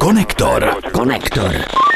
Konektor.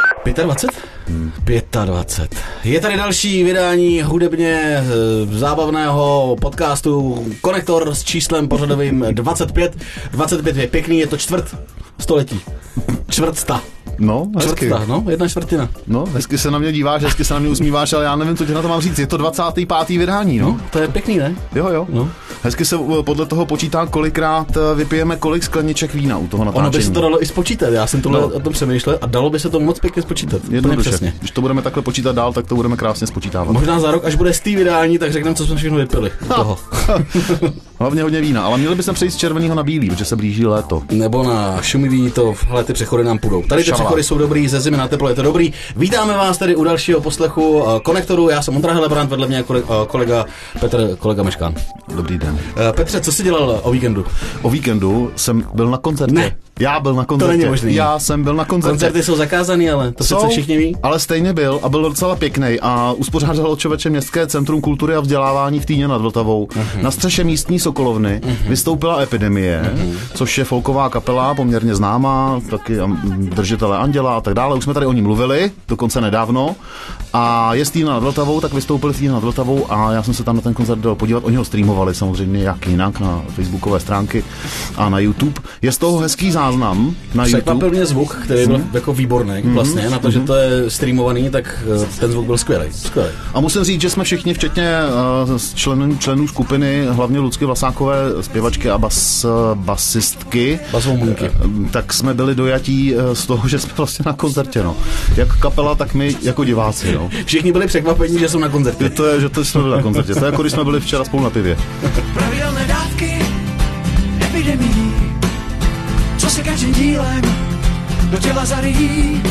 25? 25. Je tady další vydání hudebně zábavného podcastu Konektor s číslem pořadovým 25. 25 je pěkný, je to čtvrt století. Čtvrtsta. No, hezky. Čtvrtsta, no, 1/4. No, hezky se na mě díváš, hezky se na mě usmíváš, ale já nevím, co ti na to mám říct. Je to 25. vydání, no. To je pěkný, ne? Jo. No. Hezky se podle toho počítá, kolikrát vypijeme kolik skleniček vína u toho natáčení. Ono by se to dalo i spočítat, já jsem tohle o tom přemýšlel a dalo by se to moc pěkně spočítat. Jednoduše. Když to budeme takhle počítat dál, tak to budeme krásně spočítávat. Možná za rok, až bude z té vydání, tak řekneme, co jsme všechno vypili. Toho. Hlavně hodně vína, ale měli bychom přejít z červeného na bílý, protože se blíží léto. Nebo na šumivý, to hele, ty přechody nám půjdou. Tady ty přechody jsou dobrý, ze zimy na teplo je to dobrý. Vítáme vás tady u dalšího poslechu Konektoru. Já jsem Ondra Helebrant, vedle mě kolega Petr, kolega Meškán. Dobrý den. Petře, co jsi dělal o víkendu? O víkendu jsem byl na koncertě. Ne. Já byl na koncertě. To není možný. Já jsem byl na koncertě. Koncerty jsou zakázaný, ale to přece všichni ví. Ale stejně byl a byl docela pěkný a uspořádalo člověče Městské centrum kultury a vzdělávání v Týně nad Vltavou. Na střeše místní Sokolovny vystoupila Epidemie, což je folková kapela, poměrně známá, taky držitele Anděla a tak dále. Už jsme tady o ní mluvili, dokonce nedávno. A je z Týna nad Vltavou, tak vystoupili v Týně nad Vltavou a já jsem se tam na ten koncert dal podívat. Oni ho streamovali samozřejmě jak jinak na facebookové stránky a na YouTube. Je z toho hezký záznam na YouTube. Překvapil mě zvuk, který byl jako výborný vlastně, na to, že to je streamovaný, tak ten zvuk byl skvělý. A musím říct, že jsme všichni, včetně členů skupiny, hlavně Lucky Vlasákové, zpěvačky a basistky, tak jsme byli dojatí z toho, že jsme vlastně na koncertě, no. Jak kapela, tak my jako diváci, no. Všichni byli překvapení, že jsou na koncertě. Že to jsme byli na koncertě. To je jako když jsme byli včera spolu na pivě. Pravidelné dávky epidemií, co se každým dílem do těla zaryjí.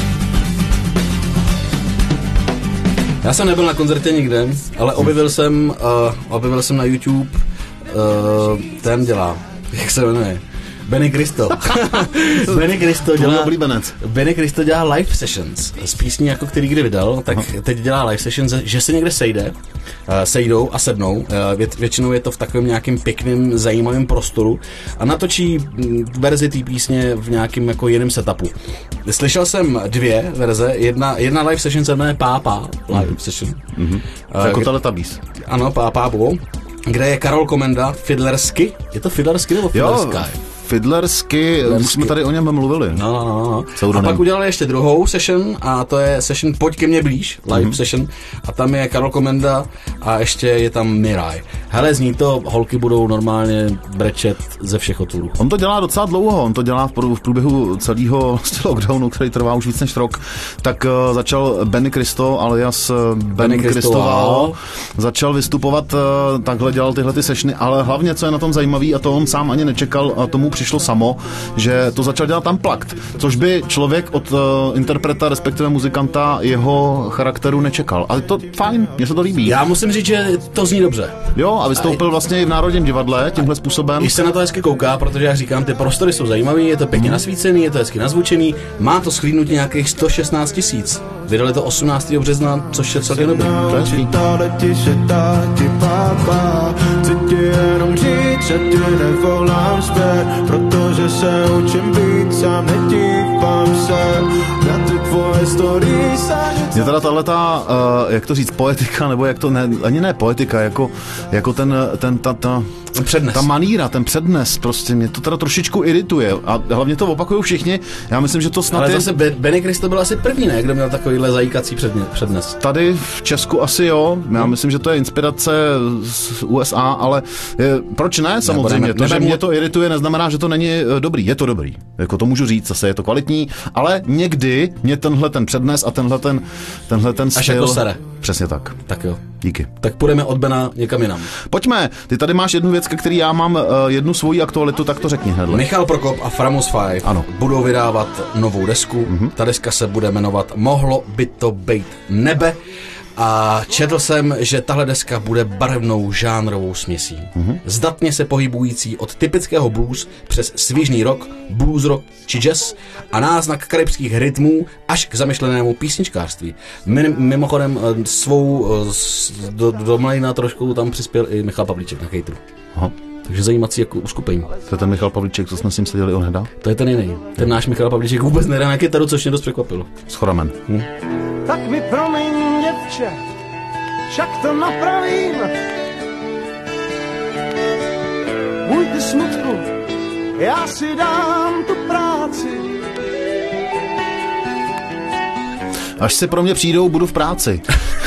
Já jsem nebyl na koncertě nikde, ale objevil jsem na YouTube, ten dělá, jak se jmenuje? Benny Cristo. Benny Cristo dělá live sessions z písní, jako který kdy vydal, tak teď dělá live sessions, že se někde sejdou a sednou. Většinou je to v takovém nějakým pěkným, zajímavém prostoru a natočí verzi té písně v nějakém jako jiném setupu. Slyšel jsem dvě verze, jedna live session se jmenuje Pápa live session. Jako Teletubbies. Ano, Pápa, kde je Karol Komenda, Fiddlersky. Je to Fiddlersky nebo Fiddlersky? Fiddlersky, už jsme tady o něm mluvili. No. A pak udělali ještě druhou session a to je session Pojď ke mně blíž, live session. A tam je Karol Komenda a ještě je tam Miraj. Hele, zní to, holky budou normálně brečet ze všech otvorů. On to dělá docela dlouho, on to dělá v průběhu celého lockdownu, který trvá už víc než rok. Tak začal Benny Cristo, alias Benny Cristoval, začal vystupovat, takhle dělal tyhle ty sessiony, ale hlavně, co je na tom zajímavý, a to on sám ani nečekal, a tomu přišlo samo, že to začal dělat Unplugged, což by člověk od interpreta, respektive muzikanta, jeho charakteru nečekal. Ale to fajn, mně se to líbí. Já musím říct, že to zní dobře. Jo, a vystoupil vlastně i v Národním divadle tímhle způsobem. Když se na to hezky kouká, protože jak říkám, ty prostory jsou zajímavý, je to pěkně nasvícený, je to hezky nazvučený, má to shlídnutí nějakých 116 000. Vydali to 18. března, což je celkem dobrý. Protože se učím být sám, nedívám se na ty tvoje story. Mě teda tahleta, jak to říct, poetika, nebo jak to, ne, ani ne poetika, jako přednes. Ta maníra, ten přednes, prostě mě to teda trošičku irituje a hlavně to opakují všichni. Já myslím, že to snad ale zase Benny Cristo byl asi první, ne? Kdo měl takovýhle zajíkací přednes. Tady v Česku asi jo. Já myslím, že to je inspirace z USA, ale proč ne? Samozřejmě. To, že mě to irituje, neznamená, že to není dobrý. Je to dobrý. Jako to můžu říct, zase je to kvalitní, ale někdy mě tenhle ten přednes a tenhle ten styl... Až jako sere. Přesně tak. Tak jo. Díky. Tak půjdeme od Bena někam jinam. Pojďme. Ty tady máš jednu věc, ke který já mám jednu svoji aktualitu, tak to řekni hned. Michal Prokop a Framus 5 budou vydávat novou desku. Ta deska se bude jmenovat Mohlo by to být nebe. A četl jsem, že tahle deska bude barevnou žánrovou směsí. Zdatně se pohybující od typického blues přes svižný rock, blues rock či jazz a náznak karibských rytmů až k zamyšlenému písničkářství. Mimochodem svou do mlejna trošku tam přispěl i Michal Pavlíček na Cateru. Aha. Takže zajímací jako uskupení. To je ten Michal Pavlíček, co jsme s ním seděli onheda? To je ten jiný. Ten náš Michal Pavlíček vůbec nehraje na kytaru, což mě dost překvapilo. S Choramen. Tak mi promiň, děvče, však to napravím. Můj ty smutku, já si dám tu práci. Až se pro mě přijdou, budu v práci.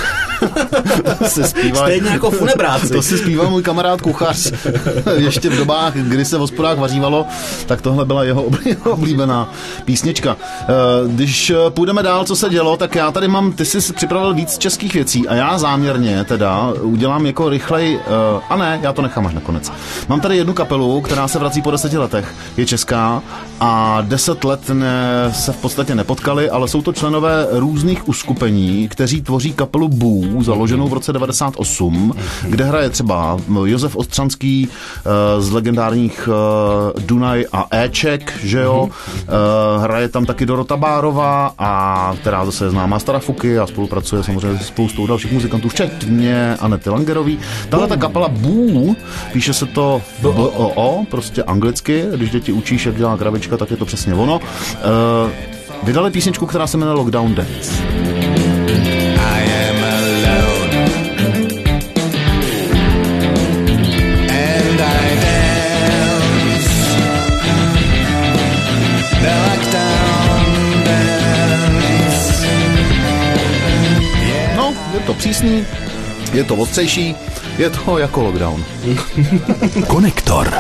Stejně jako funebráci. To si zpíval můj kamarád kuchař. Ještě v dobách, kdy se v hospodách vařívalo, tak tohle byla jeho oblíbená písnička. Když půjdeme dál, co se dělo, tak já tady mám, ty jsi připravil víc českých věcí a já záměrně teda udělám jako rychlej, a ne, já to nechám až nakonec. Mám tady jednu kapelu, která se vrací po 10 letech, je česká a 10 let se v podstatě nepotkali, ale jsou to členové různých uskupení, kteří tvoří kapelu Bů, založenou v roce 98, kde hraje třeba Josef Ostřanský z legendárních Dunaj a Éček, že jo? Hraje tam taky Dorota Bárová, a která zase je známá Stara Fuky a spolupracuje samozřejmě se spoustou dalších muzikantů, včetně Anety Langerový. Tahle ta kapela Bů, píše se to B-O-O, prostě anglicky, když děti učíš, jak dělá kravička, tak je to přesně ono. Vydali písničku, která se jmenuje Lockdown Dance. Je to přísný, je to ostřejší, je to jako lockdown. Konektor.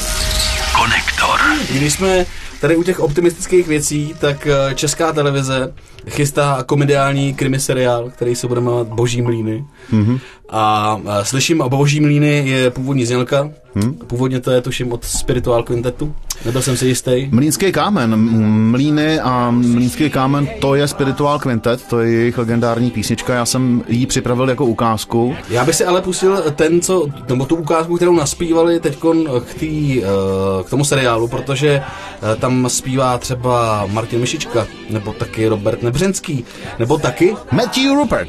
Když jsme tady u těch optimistických věcí, tak Česká televize chystá komediální krimiseriál, který se bude jmenovat Boží mlýny. A slyším, Boží mlýny je původní znělka. Původně to je, tuším, od Spiritual Quintetu. Nebyl jsem si jistý. Mlýnský kámen, Mlýny a Mlýnský kámen, to je Spiritual Quintet, to je jejich legendární písnička, já jsem ji připravil jako ukázku. Já bych si ale pustil nebo tu ukázku, kterou naspívali teďkon k tomu seriálu, protože tam zpívá třeba Martin Myšička, nebo taky Robert Nebřenský, nebo taky Matthew Rupert.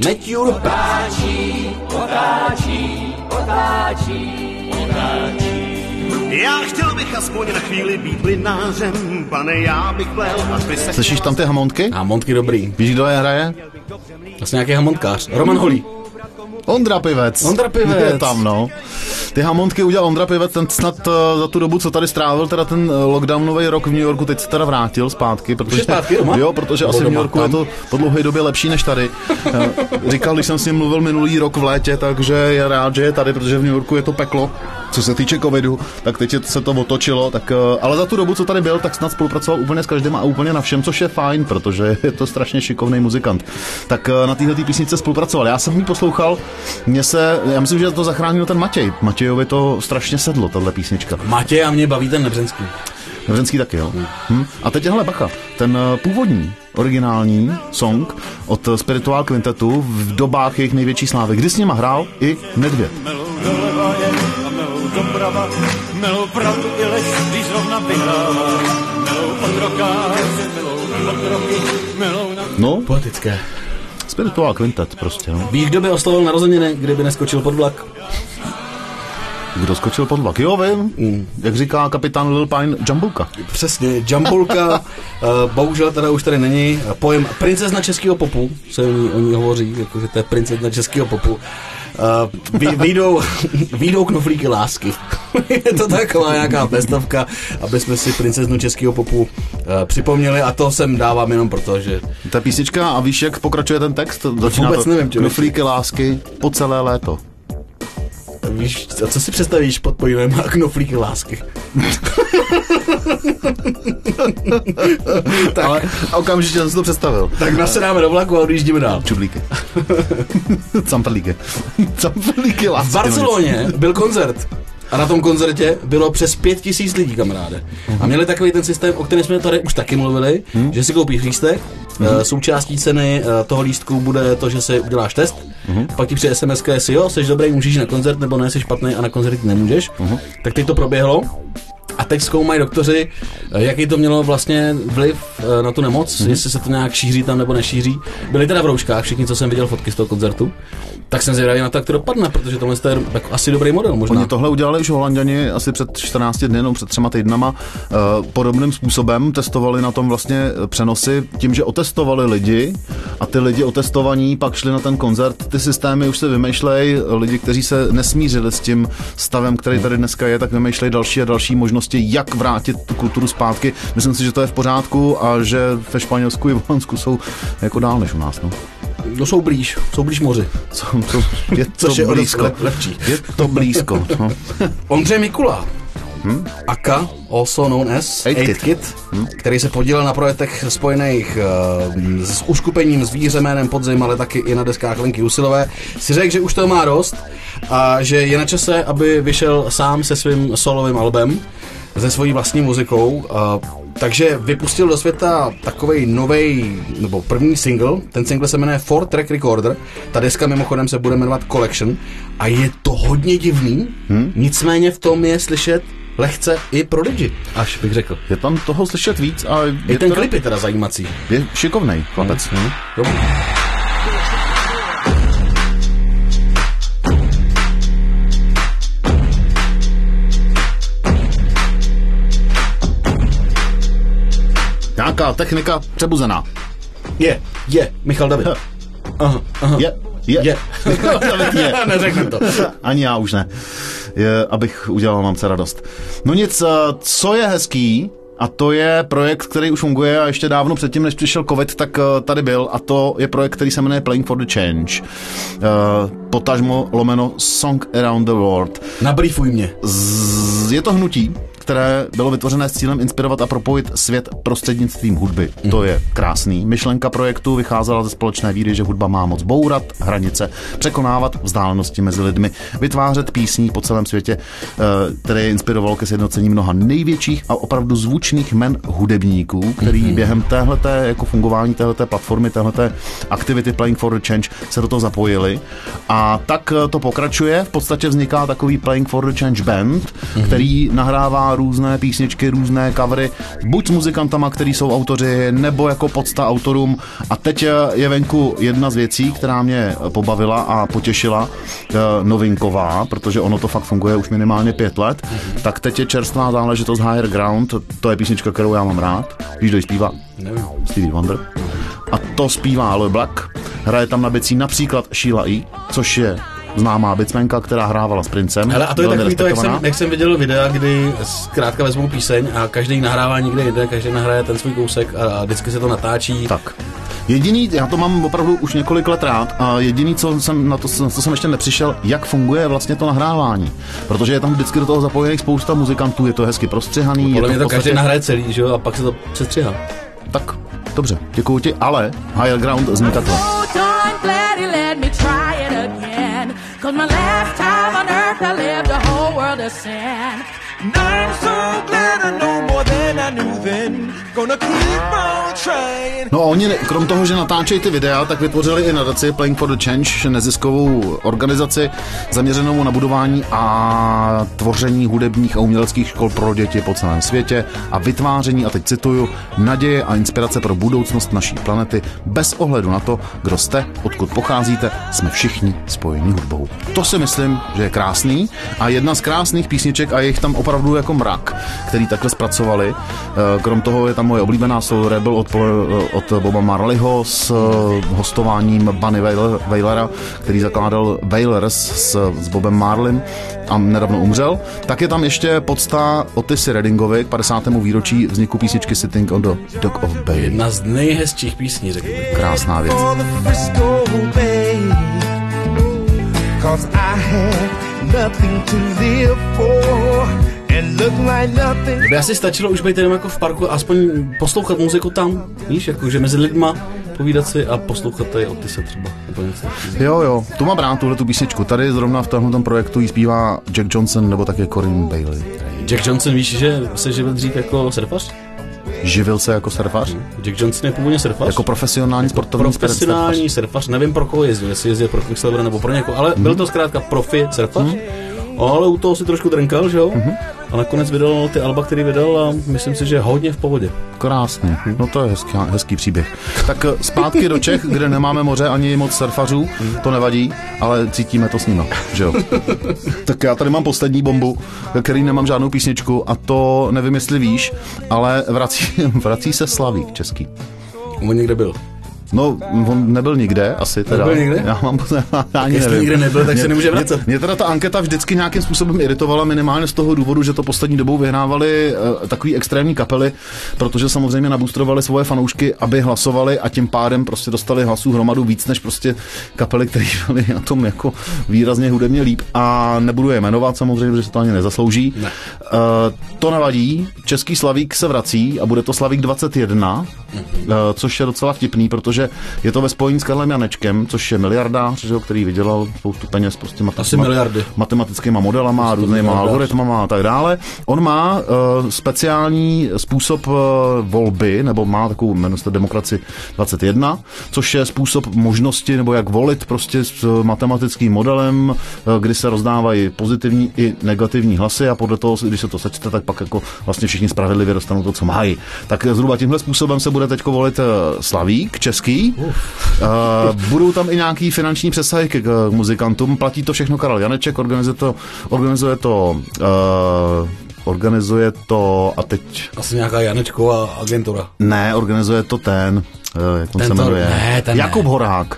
Já chtěl bych aspoň na chvíli být plynářem, pane, já bych plel, až by se... Slyšíš tam ty hamontky? Hamontky dobrý. Víš, kdo je hraje? Vlastně nějaký hamontkář. Roman Holý. Ondra Pivec. Je tam, no. Ty hamontky udělal Ondra Pivec, ten snad za tu dobu, co tady strávil, teda ten lockdownový rok v New Yorku, teď se teda vrátil zpátky, protože, protože asi v New Yorku je to po dlouhé době lepší než tady. Říkal, když jsem s ním mluvil minulý rok v létě, takže je rád, že je tady, protože v New Yorku je to peklo. Co se týče covidu, tak teď se to otočilo, tak, ale za tu dobu, co tady byl, tak snad spolupracoval úplně s každým a úplně na všem, což je fajn, protože je to strašně šikovný muzikant. Tak na této písničce spolupracoval. Já jsem ji poslouchal, já myslím, že to zachránil ten Matěj. Matějovi to strašně sedlo, tahle písnička. Matěj a mě baví ten Nebřenský. Nebřenský taky, jo. A teď hele bacha, ten původní, originální song od Spiritual Quintetu v dobách jejich největší slávy, kdy s nima hrál i Nedvěd. Doprava, milou pravdu i lež, když zrovna vyhrává, milou otrokáře, milou otroky, milou na... No, poetické. Spiritual Quintet prostě, no. Víš, kdo by oslavil narozeniny, kdyby neskočil pod vlak? Kdo skočil pod vlak? Jo, vím. Jak říká kapitán Lil Pine, Jambulka. Přesně, Jambulka. Bohužel teda už tady není. Pojem princezna českého popu, se o ní hovoří, jakože to je princezna českého popu. Výjdou knoflíky lásky. Je to taková nějaká pestovka, aby jsme si princeznu českého popu připomněli, a to sem dávám jenom proto, že... Ta písnička, a víš, jak pokračuje ten text? Začíná vůbec nevím, knoflíky lásky po celé léto. Víš, a co si představíš pod pojmem knoflíky lásky? Tak. Ale okamžitě jsem si to představil. Tak nasedáme do vlaku a odjíždíme dál. Čublíky. Camperlíky. Camperlíky lásky. V Barceloně byl koncert. A na tom koncertě bylo přes 5000 lidí, kamaráde. A měli takový ten systém, o kterém jsme tady už taky mluvili, že si koupíš lístek, součástí ceny toho lístku bude to, že si uděláš test, pak ti přijde SMS-ka, jestli jo, jsi dobrý, můžeš na koncert, nebo ne, jsi špatný a na koncert nemůžeš. Tak teď to proběhlo A teď zkoumají doktoři, jaký to mělo vlastně vliv na tu nemoc, jestli se to nějak šíří tam nebo nešíří. Byli teda v rouškách, všichni, co jsem viděl fotky z toho koncertu. Tak jsem zvědavý na to, jak to dopadne, protože tohle je jako asi dobrý model možná. Oni tohle udělali už Holanďani asi před 14 dny, no před 3 týdnama. Podobným způsobem testovali na tom vlastně přenosy tím, že otestovali lidi a ty lidi otestovaní pak šli na ten koncert. Ty systémy už se vymýšlejí, lidi, kteří se nesmířili s tím stavem, který tady dneska je, tak vymýšlejí další a další možnosti, jak vrátit tu kulturu zpátky. Myslím si, že to je v pořádku a že ve Španělsku i v Holandsku jsou jako dál než u nás. No. No jsou blíž moři. Je to blízko. Je to blízko. No. Ondřej Mikula, aka, also known as 8Kid, který se podílel na projektech spojených s uskupením Zvíře jménem Podzim, ale taky i na deskách Lenky Usilové, si řekl, že už to má dost a že je na čase, aby vyšel sám se svým solovým albem, se svojí vlastní muzikou, takže vypustil do světa takovej novej, nebo první single, ten single se jmenuje 4-Track Recorder, ta deska mimochodem se bude jmenovat Collection a je to hodně divný, nicméně v tom je slyšet lehce i pro lidi, až bych řekl. Je tam toho slyšet víc a i ten klip je teda zajímací. Je šikovnej chlapec. Dobrý. Nějaká technika přebuzená. Je, Michal David. Aha. Je. David je. Neřeknu to. Ani já už ne. Abych udělal mamce radost. No nic, co je hezký, a to je projekt, který už funguje a ještě dávno předtím, než přišel covid, tak tady byl a to je projekt, který se jmenuje Playing for the Change. Potažmo lomeno Song Around the World. Nabriefuj mě. Je to hnutí, které bylo vytvořené s cílem inspirovat a propojit svět prostřednictvím hudby. To je krásný. Myšlenka projektu vycházela ze společné víry, že hudba má moc bourat hranice, překonávat vzdálenosti mezi lidmi, vytvářet písní po celém světě, které je inspirovalo ke sjednocení mnoha největších a opravdu zvučných men hudebníků, který během téhleté jako fungování téhleté platformy, téhleté aktivity Playing for the Change se do toho zapojili. A tak to pokračuje. V podstatě vzniká takový Playing for the Change band, který nahrává různé písničky, různé covery, buď s muzikantama, který jsou autoři, nebo jako podsta autorům. A teď je venku jedna z věcí, která mě pobavila a potěšila, novinková, protože ono to fakt funguje už minimálně 5 let. Tak teď je čerstvá záležitost Higher Ground, to je písnička, kterou já mám rád. Víš, kdo ji zpívá? Nevím. Stevie Wonder. A to zpívá Aloe Black. Hraje tam na bicí například Sheila E., což je známá bicmenka, která hrávala s Princem. Hele, a to je takový to, jak jsem viděl videa, kdy zkrátka vezmou píseň a každý nahrává někde jinde, každý nahraje ten svůj kousek a vždycky se to natáčí. Tak. Jediný, já to mám opravdu už několik let rád a jediný, co jsem ještě nepřišel, jak funguje vlastně to nahrávání. Protože je tam vždycky do toho zapojených spousta muzikantů, je to hezky prostřihaný. Podle mě to každý nahraje celý, že jo, a pak se to přestřihá. Tak, dobře, děkuju ti, ale Higher Ground zní takhle. Cause my last time on earth I lived the whole world of sin. I'm so glad I know more than I knew then. Gonna keep on trying. No a oni, krom toho, že natáčejí ty videa, tak vytvořili i nadaci Playing for the Change, neziskovou organizaci zaměřenou na budování a tvoření hudebních a uměleckých škol pro děti po celém světě a vytváření, a teď cituju, naděje a inspirace pro budoucnost naší planety bez ohledu na to, kdo jste, odkud pocházíte, jsme všichni spojení hudbou. To si myslím, že je krásný a jedna z krásných písniček a je jich tam opravdu jako mrak, který takhle zpracovali. Krom toho je tam moje oblíbená Soul Rebel od Boba Marleyho s hostováním Bunny Wailera, který zakládal Wailers s Bobem Marleym a nedávno umřel. Tak je tam ještě podsta Otisy Reddingovi k 50. výročí vzniku písničky Sitting on the Dock of Bay. Jedna z nejhezčích písní, řekl bych. Krásná věc. Cause I had nothing to live for and look like nothing. Kdyby asi stačilo už být jenom jako v parku a aspoň poslouchat muziku tam, víš, jakože mezi lidma povídat si a poslouchat tady Otise třeba. Jo, tu mám rád, tuhletu písničku. Tady zrovna v tomhle projektu jí zpívá Jack Johnson nebo také Corinne Bailey. Jack Johnson, víš, že se živil dřív jako surfař? Živil se jako surfař? Jack Johnson je původně surfař. Jako profesionální sportovní surfař. Nevím, pro koho jezdil, jestli jezdil pro Quicksilver nebo pro někoho, ale byl to zkrátka profi surfař. Ale u toho si trošku drnkal, že jo? A nakonec vydal ty alba, který vydal a myslím si, že hodně v pohodě. Krásně, no to je hezký příběh. Tak zpátky do Čech, kde nemáme moře ani moc surfařů, to nevadí, ale cítíme to s nimi, že jo. Tak já tady mám poslední bombu, ve který nemám žádnou písničku a to nevím, jestli víš, ale vrací se Slavík český. On někde byl. No, on nebyl nikde, asi teda. Nebyl nikde? Já mám ani Jestli nevím. nikde nebyl, tak se nemůže vracet. Mě teda ta anketa vždycky nějakým způsobem iritovala, minimálně z toho důvodu, že to poslední dobou vyhrávali takový extrémní kapely, protože samozřejmě nabustrovali svoje fanoušky, aby hlasovali a tím pádem prostě dostali hlasů hromadu víc než prostě kapely, které byly na tom jako výrazně hudebně líp a nebudu je jmenovat samozřejmě, protože se to ani nezaslouží. Ne. To nevadí, český Slavík se vrací a bude to Slavík 21, což je docela vtipný, protože je to ve spojení s Karlem Janečkem, což je miliardář, který vydělal spoustu peněz prostě matematickýma modelama, různýma algoritmama a tak dále. On má speciální způsob volby, nebo má takovou, jmenuje se Demokracii 21, což je způsob možnosti, nebo jak volit prostě s matematickým modelem, kdy se rozdávají pozitivní i negativní hlasy a podle toho, když se to sečte, tak pak jako vlastně všichni spravedlivě dostanou to, co mají. Tak zhruba tímhle způsobem se bude teďko volit Slavík český. Budou tam i nějaký finanční přesahy k muzikantům. Platí to všechno Karel Janeček, organizuje to a teď... Asi nějaká Janečková agentura. Ne, organizuje to jak on se jmenuje? Jakub Horák.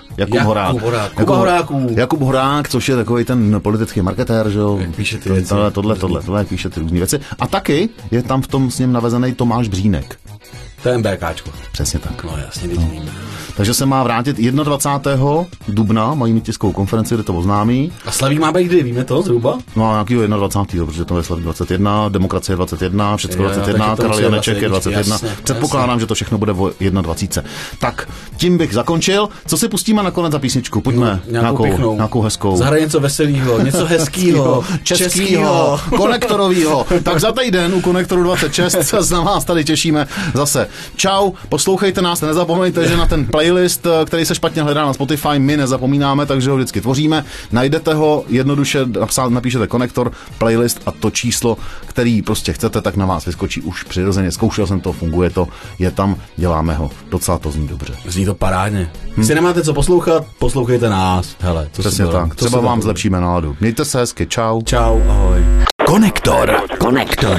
Jakub Horák, což je takový ten politický marketér, že jo? Píše ty věci. Tohle píše ty různý věci. A taky je tam v tom s ním navezený Tomáš Břínek. To je MBKčko. Přesně tak. No jasně, vidím. Takže se má vrátit 21. dubna, mají mít tiskovou konferenci, kde to oznámí. A Slavík má být kdy, víme to zhruba? No a nějakýho 21. protože to je Slavík 21, Demokracie 21, všecko 21, Karel Janeček je 21. Jasně, předpokládám, že to všechno bude o 21. Tak, tím bych zakončil. Co si pustíme nakonec za písničku? Pojďme nějakou hezkou. Zahraj něco veselýho, něco hezkýho, českýho, konektorovýho. Tak za týden u Konektoru 26 se na vás tady těšíme zase. Čau, poslouchejte nás, nezapomeňte, že na ten playlist, který se špatně hledá na Spotify, my nezapomínáme, takže ho vždycky tvoříme. Najdete ho, jednoduše napíšete konektor, playlist a to číslo, který prostě chcete, tak na vás vyskočí už přirozeně. Zkoušel jsem to, funguje to, je tam, děláme ho. Docela to zní dobře. Zní to parádně. Jestli nemáte co poslouchat, poslouchejte nás. Hele, přesně tak. Třeba vám zlepšíme náladu. Mějte se hezky, čau. Čau, ahoj. Konektor.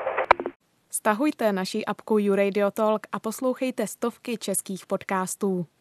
Stahujte naši apku YouRadio Talk a poslouchejte stovky českých podcastů.